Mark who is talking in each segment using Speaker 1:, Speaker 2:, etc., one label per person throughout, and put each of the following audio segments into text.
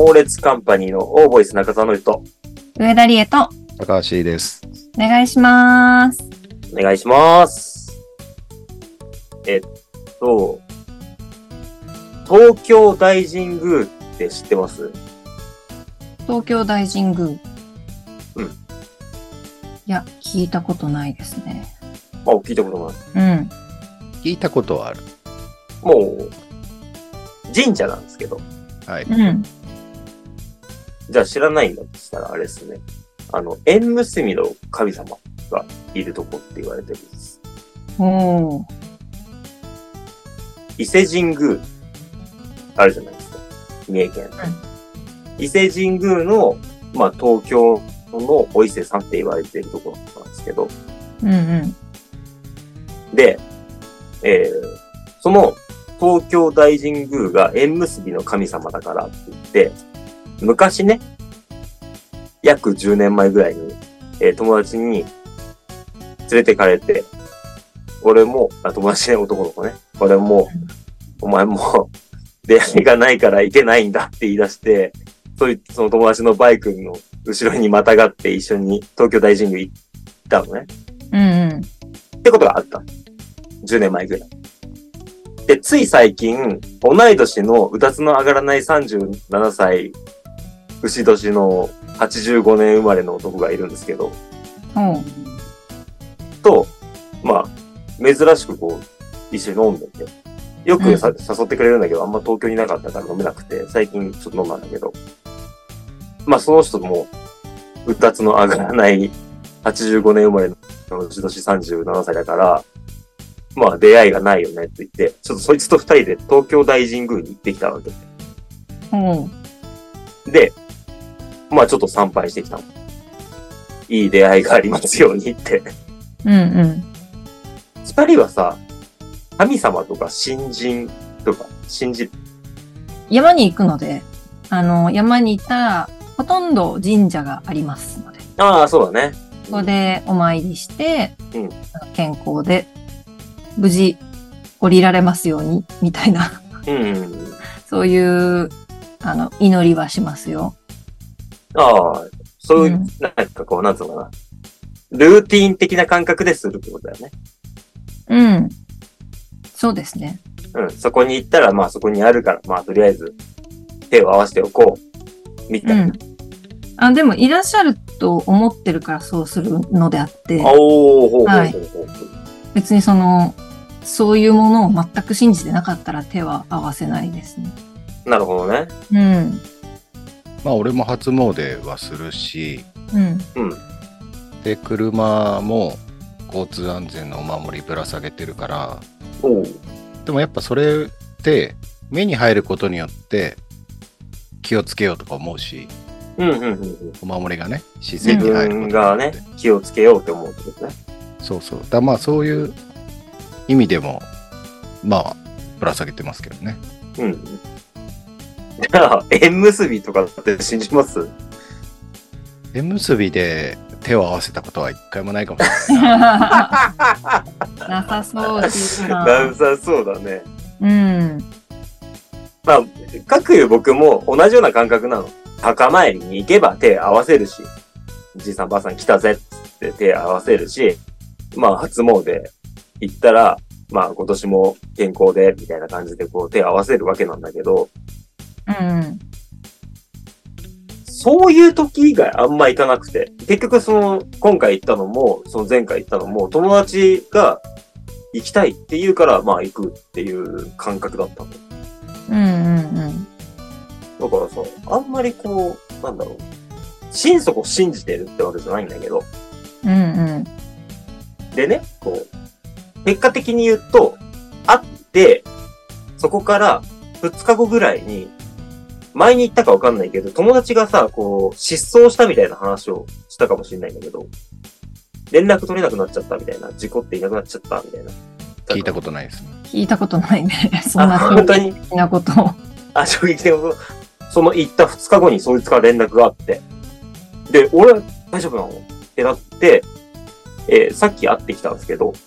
Speaker 1: 猛烈カンパニーのオーボイス中澤の人。
Speaker 2: 上田理恵と
Speaker 3: 高橋です。
Speaker 2: お願いします。
Speaker 1: お願いします。東京大神宮って知ってます？
Speaker 2: 東京大神宮。
Speaker 1: うん。
Speaker 2: いや、聞いたことないですね。
Speaker 1: あ、聞いたことない。
Speaker 2: うん。
Speaker 3: 聞いたことはある。
Speaker 1: もう、神社なんですけど。
Speaker 3: はい。
Speaker 2: うん。
Speaker 1: じゃあ知らないんだとしたらあれですね。縁結びの神様がいるとこって言われてるんです。
Speaker 2: おー。
Speaker 1: 伊勢神宮あるじゃないですか。三重県。伊勢神宮の、東京のお伊勢さんって言われているところなんですけど。
Speaker 2: うんうん。
Speaker 1: で、その東京大神宮が縁結びの神様だからって言って、昔ね、約10年前ぐらいに、友達に連れてかれて、俺も、友達ね、男の子ね、俺も、お前も出会いがないから行けないんだって言い出して、その友達のバイクの後ろにまたがって一緒に東京大神宮行ったのね。
Speaker 2: うんうん。
Speaker 1: ってことがあった。10年前ぐらい。で、つい最近、同い年のうだつの上がらない37歳、牛年の85年生まれの男がいるんですけど、
Speaker 2: おう。
Speaker 1: と、珍しく一緒に飲んでて、よく誘ってくれるんだけど、あんま東京にいなかったから飲めなくて、最近ちょっと飲んだんだけど、その人も、うだつの上がらない85年生まれの牛年37歳だから、出会いがないよねって言って、ちょっとそいつと二人で東京大神宮に行ってきたわけ。
Speaker 2: おう。
Speaker 1: で、ちょっと参拝してきたの。いい出会いがありますようにって。
Speaker 2: うんうん。
Speaker 1: 二人はさ、神様とか神人とか信じる？
Speaker 2: 山に行くので、山に行ったら、ほとんど神社がありますので。
Speaker 1: ああ、そうだね。
Speaker 2: そこでお参りして、
Speaker 1: うん、
Speaker 2: 健康で、無事降りられますように、みたいな。
Speaker 1: うん。
Speaker 2: そういう、祈りはしますよ。
Speaker 1: ああ、そういう、なんつうのかな。ルーティーン的な感覚でするってことだよね。
Speaker 2: うん。そうですね。
Speaker 1: うん。そこに行ったら、そこにあるから、とりあえず、手を合わせておこう。みたいな。
Speaker 2: でも、いらっしゃると思ってるからそうするのであって。
Speaker 1: おー、ほう。
Speaker 2: 別にそういうものを全く信じてなかったら手は合わせないですね。
Speaker 1: なるほどね。
Speaker 2: うん。
Speaker 3: 俺も初詣はするし、
Speaker 2: うん。
Speaker 3: で、車も交通安全のお守りぶら下げてるから、でもやっぱそれって目に入ることによって気をつけようとか思うし、お守りがね、自然に入ることによって。
Speaker 1: 自分がね、気をつけようって思うってことね。
Speaker 3: そうそう。そういう意味でも、ぶら下げてますけどね。
Speaker 1: じゃあ、縁結びとかって信じます？
Speaker 3: 縁結びで手を合わせたことは一回もないかもしれな
Speaker 2: な
Speaker 3: い
Speaker 2: さそうですな。
Speaker 1: なさそうだね。
Speaker 2: うん。
Speaker 1: かくいう僕も同じような感覚なの。墓参りに行けば手合わせるし、じいさんばあさん来たぜって手合わせるし、初詣行ったら、今年も健康で、みたいな感じで手合わせるわけなんだけど、そういう時以外あんま行かなくて、結局今回行ったのも、前回行ったのも、友達が行きたいって言うから、行くっていう感覚だったの。だからさ、あんまり心底信じてるってわけじゃないんだけど。でね、結果的に言うと、会って、そこから2日後ぐらいに、前に言ったかわかんないけど、友達がさ、失踪したみたいな話をしたかもしれないんだけど、連絡取れなくなっちゃったみたいな、事故っていなくなっちゃったみたいな。
Speaker 3: 聞いたことないですね。
Speaker 2: 聞いたことないね。そんな
Speaker 1: 本当に
Speaker 2: 衝撃的なことを。
Speaker 1: 衝撃的なこと。その行った2日後にそいつから連絡があって、で、俺、大丈夫なのってなって、さっき会ってきたんですけど、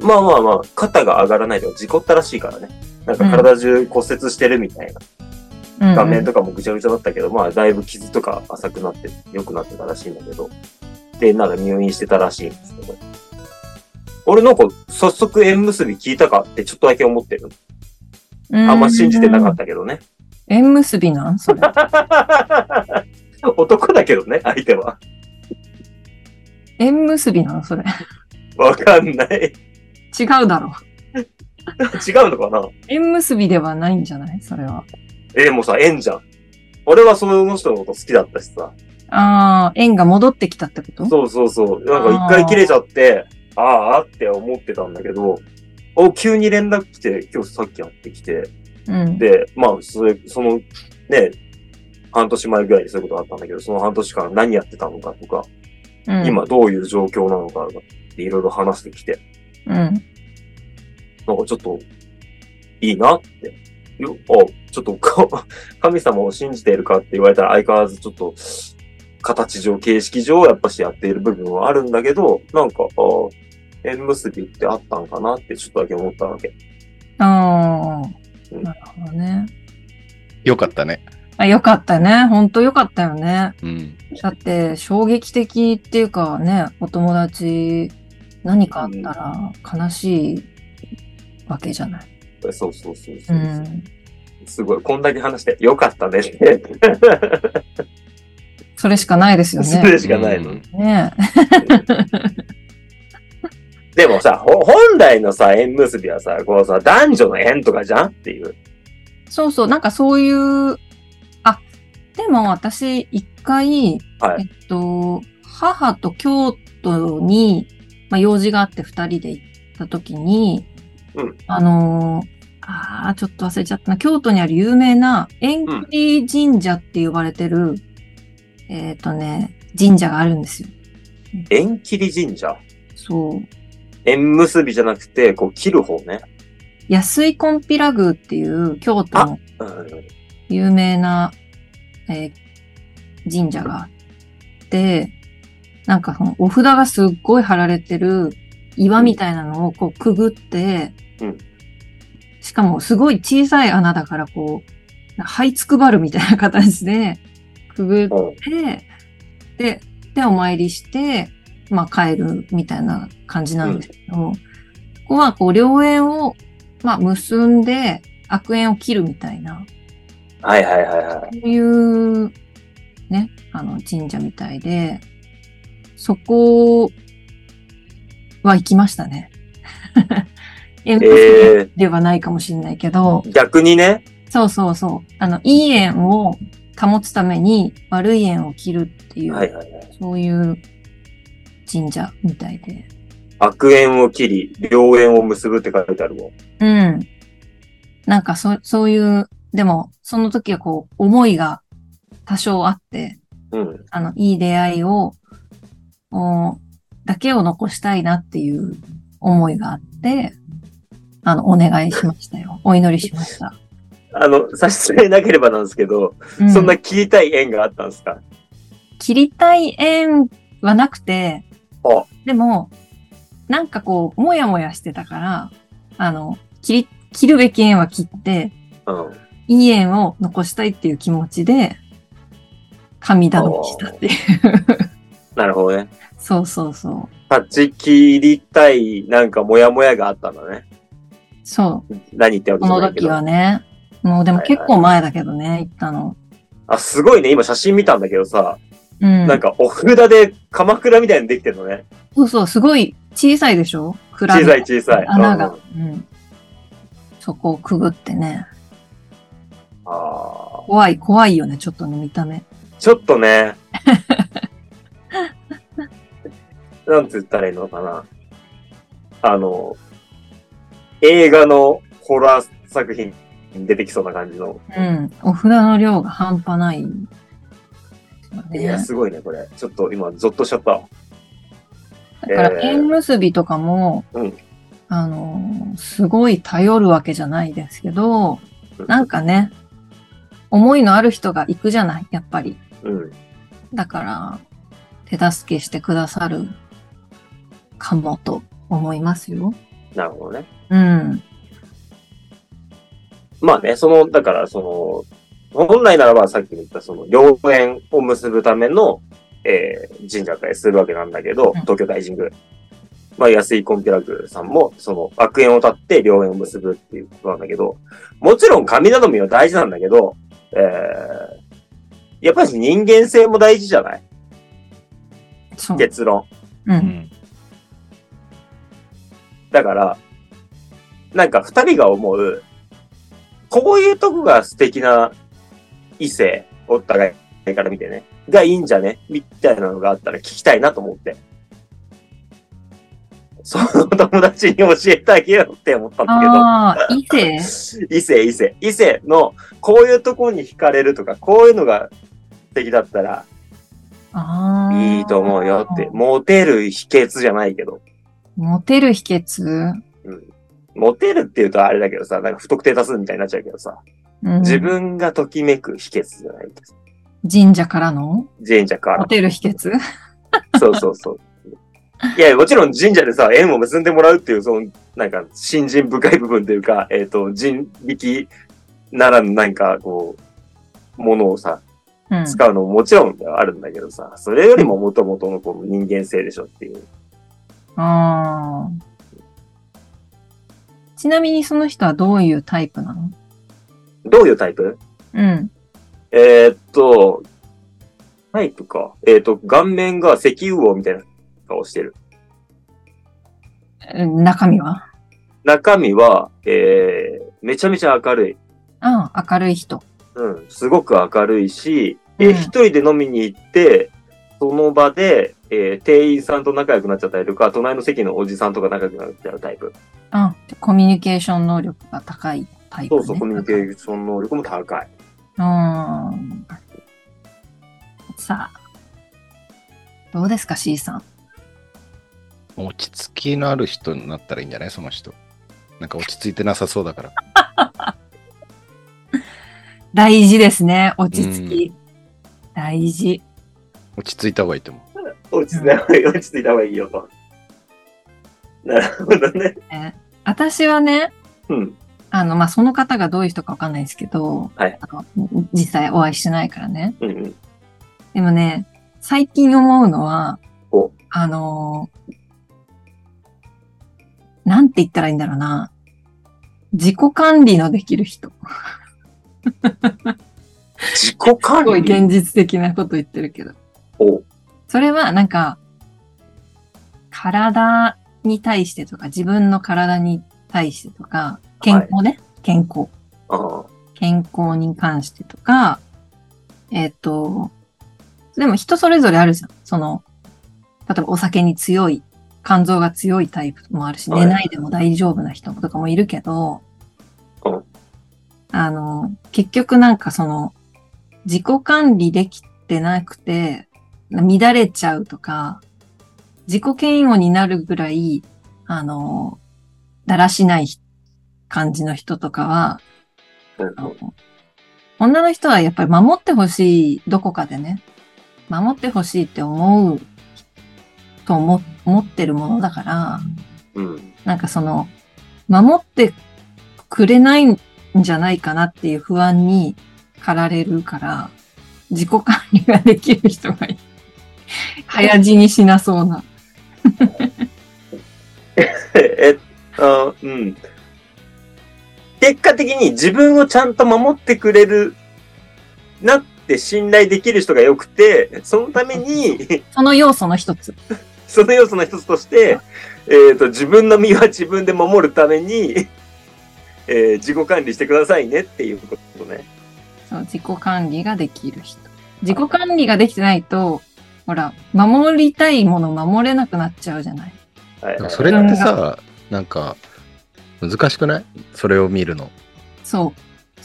Speaker 1: 肩が上がらないとか事故ったらしいからね。なんか体中骨折してるみたいな。 画面とかもぐちゃぐちゃだったけど、まあだいぶ傷とか浅くなって良くなってたらしいんだけど、で、なんか入院してたらしいんですけど。俺なんか早速縁結び聞いたかってちょっとだけ思ってる。あんま信じてなかったけどね。
Speaker 2: 縁結びなんそれ。
Speaker 1: 男だけどね、相手は。
Speaker 2: 縁結びなんそれ。
Speaker 1: わかんない。
Speaker 2: 違うだろ。
Speaker 1: 違うのかな。
Speaker 2: 縁結びではないんじゃないそれは。
Speaker 1: でもさ、縁じゃん。俺はその人のこと好きだったしさ。
Speaker 2: ああ、縁が戻ってきたってこと？
Speaker 1: そうそうそう。なんか一回切れちゃって、ああって思ってたんだけど、急に連絡来て、今日さっき会ってきて、
Speaker 2: うん、
Speaker 1: で、まあ、その、ね、半年前ぐらいにそういうことがあったんだけど、その半年間何やってたのかとか、
Speaker 2: うん、
Speaker 1: 今どういう状況なのかっていろいろ話してきて、
Speaker 2: うん、
Speaker 1: なんかちょっと、いいなって。ちょっと神様を信じているかって言われたら相変わらずちょっと、形上、形式上やっぱしやっている部分はあるんだけど、なんか、縁結びってあったんかなってちょっとだけ思ったわけ。
Speaker 2: ああ、なるほどね。
Speaker 3: よかったね。
Speaker 2: よかったね。ほんとよかったよね。
Speaker 3: うん。
Speaker 2: だって、衝撃的っていうかね、お友達、何かあったら悲しいわけじゃない。
Speaker 1: そう。すごい、こんだけ話してよかったねって。
Speaker 2: それしかないですよね。
Speaker 1: それしかないの。
Speaker 2: ね
Speaker 1: でもさ、本来のさ、縁結びはさ、こうさ、男女の縁とかじゃんっていう。
Speaker 2: そう、なんかそういう、でも私、一回、
Speaker 1: はい、
Speaker 2: 母と京都に、用事があって二人で行った時に、
Speaker 1: うん、
Speaker 2: ちょっと忘れちゃったな。京都にある有名な縁切神社って呼ばれてる、神社があるんですよ。
Speaker 1: 縁切り神社？
Speaker 2: そう。
Speaker 1: 縁結びじゃなくて、こう切る方ね。
Speaker 2: 安井金毘羅宮っていう京都の有名な、神社があって、なんかお札がすっごい貼られてる岩みたいなのをこうくぐって、しかもすごい小さい穴だからこう、這いつくばるみたいな形でくぐって、で、お参りして、帰るみたいな感じなんですけど、ここはこう良縁を、結んで悪縁を切るみたいな。
Speaker 1: はい。
Speaker 2: そういうね、神社みたいで、そこは行きましたね。縁結びではないかもしれないけど。
Speaker 1: 逆にね。
Speaker 2: そう。いい縁を保つために悪い縁を切るっていう、そういう神社みたいで。
Speaker 1: 悪縁を切り、良縁を結ぶって書いてあるもん。
Speaker 2: うん。なんかそういう、でも、その時はこう、思いが多少あって、いい出会いを、だけを残したいなっていう思いがあって、お願いしましたよ。お祈りしました。
Speaker 1: 差し支えなければなんですけど、そんな切りたい縁があったんですか？
Speaker 2: 切りたい縁はなくて、でも、なんかこう、もやもやしてたから、切るべき縁は切って、いい縁を残したいっていう気持ちで、神頼みしたっていう。
Speaker 1: なるほどね。
Speaker 2: そう。
Speaker 1: 断ち切りたい、なんかモヤモヤがあったんだね。
Speaker 2: そう。
Speaker 1: 何言ってわけじゃないけど。
Speaker 2: この時はね。もうでも結構前だけどね、行ったの。
Speaker 1: すごいね。今写真見たんだけどさ、なんかお札で鎌倉みたいにできてるのね。
Speaker 2: そう、すごい小さいでしょ？
Speaker 1: 小さい。
Speaker 2: 穴が。そこをくぐってね。怖いよね、ちょっとね、見た目。
Speaker 1: ちょっとね。なんて言ったらいいのかな。映画のホラー作品に出てきそうな感じの。
Speaker 2: お札の量が半端ない。
Speaker 1: いや、すごいね、これ。ちょっと今、ゾッとしちゃった。
Speaker 2: だから、縁結びとかも、すごい頼るわけじゃないですけど、なんかね、思いのある人が行くじゃない、やっぱり。だから、手助けしてくださるかもと思いますよ。
Speaker 1: なるほどね。
Speaker 2: うん。
Speaker 1: まあね、だから、 本来ならばさっき言ったその良縁を結ぶための、神社だったりするわけなんだけど、東京大神宮。まあ、安井コンピラ宮さんも、その悪縁を断って良縁を結ぶっていうことなんだけど、もちろん神頼みは大事なんだけど、やっぱり人間性も大事じゃない？結論。
Speaker 2: うん。
Speaker 1: だから、なんか二人が思う、こういうとこが素敵な異性、お互いから見てね、がいいんじゃねみたいなのがあったら聞きたいなと思って。その友達に教えてあげようって思ったんだけど。
Speaker 2: ああ、異性
Speaker 1: 異性の、こういうところに惹かれるとか、こういうのが素敵だったら、いいと思うよって。モテる秘訣じゃないけど。
Speaker 2: モテる秘訣？
Speaker 1: うん。モテるって言うとあれだけどさ、なんか不特定多数みたいになっちゃうけどさ。自分がときめく秘訣じゃないです。
Speaker 2: 神社からの？
Speaker 1: 神社から。
Speaker 2: モテる秘訣？
Speaker 1: そうそうそう。いや、もちろん神社でさ、縁を結んでもらうっていう、その、なんか、信心深い部分というか、人力ならぬなんか、こう、ものをさ、使うのももちろんあるんだけどさ、それよりも元々のこの人間性でしょっていう。
Speaker 2: ちなみにその人はどういうタイプなの？
Speaker 1: どういうタイプ？
Speaker 2: うん。
Speaker 1: タイプか。顔面が石油王みたいな顔してる。
Speaker 2: 中身は？
Speaker 1: 中身は、めちゃめちゃ明るい。
Speaker 2: 明るい人。
Speaker 1: うん、すごく明るいし、一人で飲みに行って、その場で、店員さんと仲良くなっちゃったりとか、隣の席のおじさんとか仲良くなっちゃうタイプ。
Speaker 2: コミュニケーション能力が高いタイプ、ね。
Speaker 1: そう、コミュニケーション能力も高い。
Speaker 2: さあ、どうですか、C さん。
Speaker 3: 落ち着きのある人になったらいいんじゃない？その人。なんか落ち着いてなさそうだから。
Speaker 2: 大事ですね、落ち着き。大事。
Speaker 3: 落ち着いた方がいいと思
Speaker 1: う。落ち着いた方がいいよと。なるほどね。
Speaker 2: 私はね、その方がどういう人かわかんないですけど、実際お会いしてないからね。でもね、最近思うのは、なんて言ったらいいんだろうな。自己管理のできる人。
Speaker 1: 自己管理？
Speaker 2: すごい現実的なこと言ってるけど。それはなんか、体に対してとか、自分の体に対してとか、健康ね、健康。健康に関してとか、でも人それぞれあるじゃん。例えばお酒に強い、肝臓が強いタイプもあるし、寝ないでも大丈夫な人とかもいるけど、結局なんか自己管理できてなくて、乱れちゃうとか、自己嫌悪になるぐらい、だらしない感じの人とかは、女の人はやっぱり守ってほしい、どこかでね、守ってほしいって思うと思ってるものだから、なんか守ってくれないんじゃないかなっていう不安に駆られるから、自己管理ができる人がいい。早死にしなそうな。
Speaker 1: 結果的に自分をちゃんと守ってくれるなって信頼できる人が良くて、そのために
Speaker 2: その要素の一つ。
Speaker 1: その要素の一つとして、自分の身は自分で守るために、自己管理してくださいねっていうことね。
Speaker 2: そう、自己管理ができる人。自己管理ができてないと、ほら、守りたいもの守れなくなっちゃうじゃない。
Speaker 3: それってさ、なんか、難しくない？それを見るの。
Speaker 2: そう。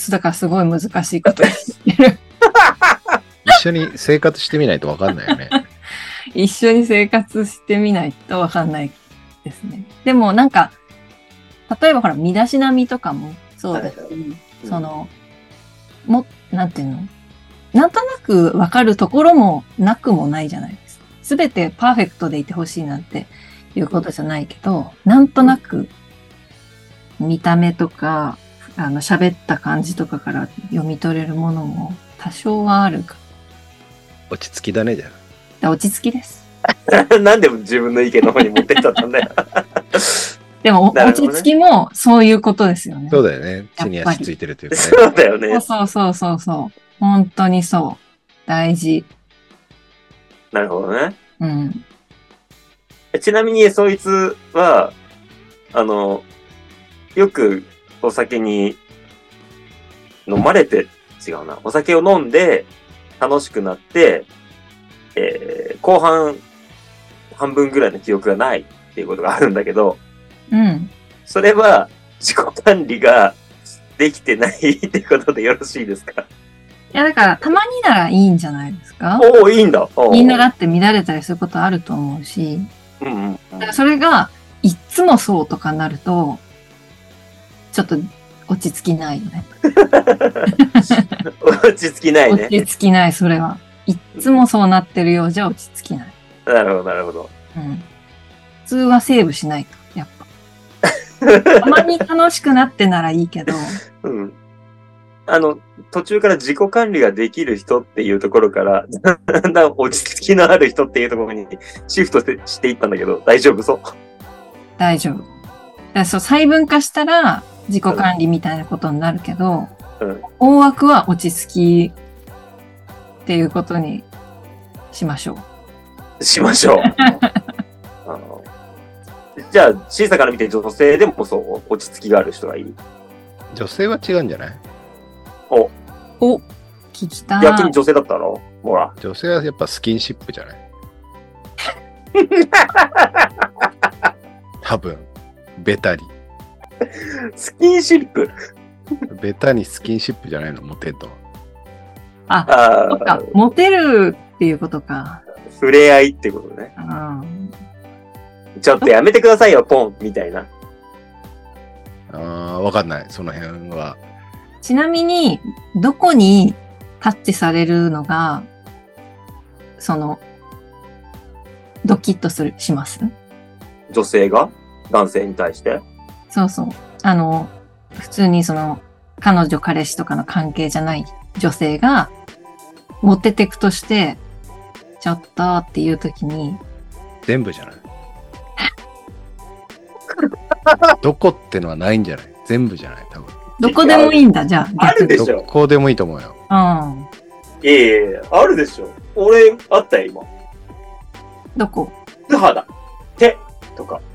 Speaker 2: だからすごい難しいこと言ってる。
Speaker 3: 一緒に生活してみないとわかんないよね。
Speaker 2: 一緒に生活してみないとわかんないですね。でもなんか、例えばほら、身だしなみとかもそうだし、なんていうの？なんとなくわかるところもなくもないじゃないですか。すべてパーフェクトでいてほしいなんていうことじゃないけど、なんとなく見た目とか喋った感じとかから読み取れるものも多少はあるか。
Speaker 3: 落ち着きだね、じゃ
Speaker 2: あ。落ち着きです。
Speaker 1: なんで自分の意見の方に持ってきちゃったんだよ。
Speaker 2: でも、ね、落ち着きもそういうことですよね。
Speaker 3: そうだよね。地に足ついてるというかね。
Speaker 1: そうだよね。
Speaker 2: そう。本当にそう。大事。
Speaker 1: なるほどね。
Speaker 2: うん。
Speaker 1: ちなみに、そいつは、よくお酒に飲まれて、違うな。お酒を飲んで楽しくなって、後半、半分ぐらいの記憶がないっていうことがあるんだけど、
Speaker 2: うん。そ
Speaker 1: れは自己管理ができてないってことでよろしいですか？
Speaker 2: いや、だからたまにならいいんじゃないですか？
Speaker 1: おお、いいんだ。
Speaker 2: みんなだって乱れたりすることあると思うし、だからそれがいつもそうとかなると、ちょっと落ち着きないよね。
Speaker 1: 落ち着きないね。
Speaker 2: 落ち着きない、それは。いつもそうなってるようじゃ落ち着きない。
Speaker 1: なるほど、なるほど。
Speaker 2: うん。普通はセーブしないと、やっぱ。たまに楽しくなってならいいけど。
Speaker 1: うん。途中から自己管理ができる人っていうところから、だんだん落ち着きのある人っていうところにシフトしていったんだけど、大丈夫そう？
Speaker 2: 大丈夫。そう、細分化したら自己管理みたいなことになるけど、大枠は落ち着きっていうことにしましょう。
Speaker 1: しましょう。じゃあ、小さから見て女性でもそう落ち着きがある人がいい？
Speaker 3: 女性は違うんじゃない？
Speaker 2: お、聞きたい。
Speaker 1: 逆に女性だったの？ほら。
Speaker 3: 女性はやっぱスキンシップじゃない？多分、ベタに。
Speaker 1: スキンシップ？
Speaker 3: ベタにスキンシップじゃないの？モテんと。
Speaker 2: そっか、モテるっていうことか。
Speaker 1: 触れ合いってことね。ちょっとやめてくださいよ、ポンみたいな。
Speaker 3: わかんない、その辺は。
Speaker 2: ちなみに、どこにタッチされるのが、ドキッとします？
Speaker 1: 女性が男性に対して？
Speaker 2: そうそう。普通に彼女彼氏とかの関係じゃない女性が、モテテクとして、ちょっとっていうときに。
Speaker 3: 全部じゃないどこってのはないんじゃない？全部じゃない多分。
Speaker 2: どこでもいいんだ、じゃあ。
Speaker 1: あるでしょ。
Speaker 3: どこでもいいと思うよ。
Speaker 2: うん。
Speaker 1: あるでしょ。俺、あったよ、今。
Speaker 2: どこ？
Speaker 1: 素肌、手とか。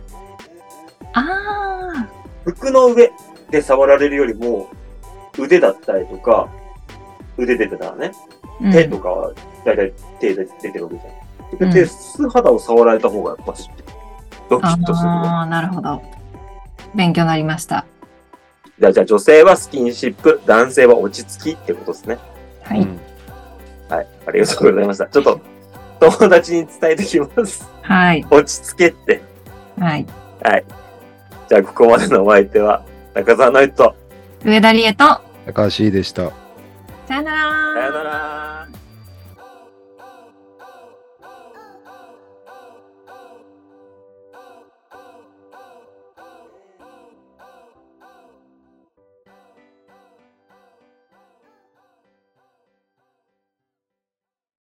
Speaker 1: 服の上で触られるよりも、腕だったりとか、腕出てたらね、手とかはだいたい手で出てるわけじゃん。で、素肌を触られた方がやっぱし、ドキッとする。
Speaker 2: なるほど。勉強になりました。
Speaker 1: じゃあ女性はスキンシップ、男性は落ち着きってことですね。
Speaker 2: はい。
Speaker 1: はい。ありがとうございました。ちょっと、友達に伝えてきます。
Speaker 2: はい。
Speaker 1: 落ち着けって。
Speaker 2: はい。
Speaker 1: はい。じゃあ、ここまでのお相手は、中澤ナイト。
Speaker 2: 上田理恵と、
Speaker 3: 高橋でした。
Speaker 2: さよなら。
Speaker 1: さよなら。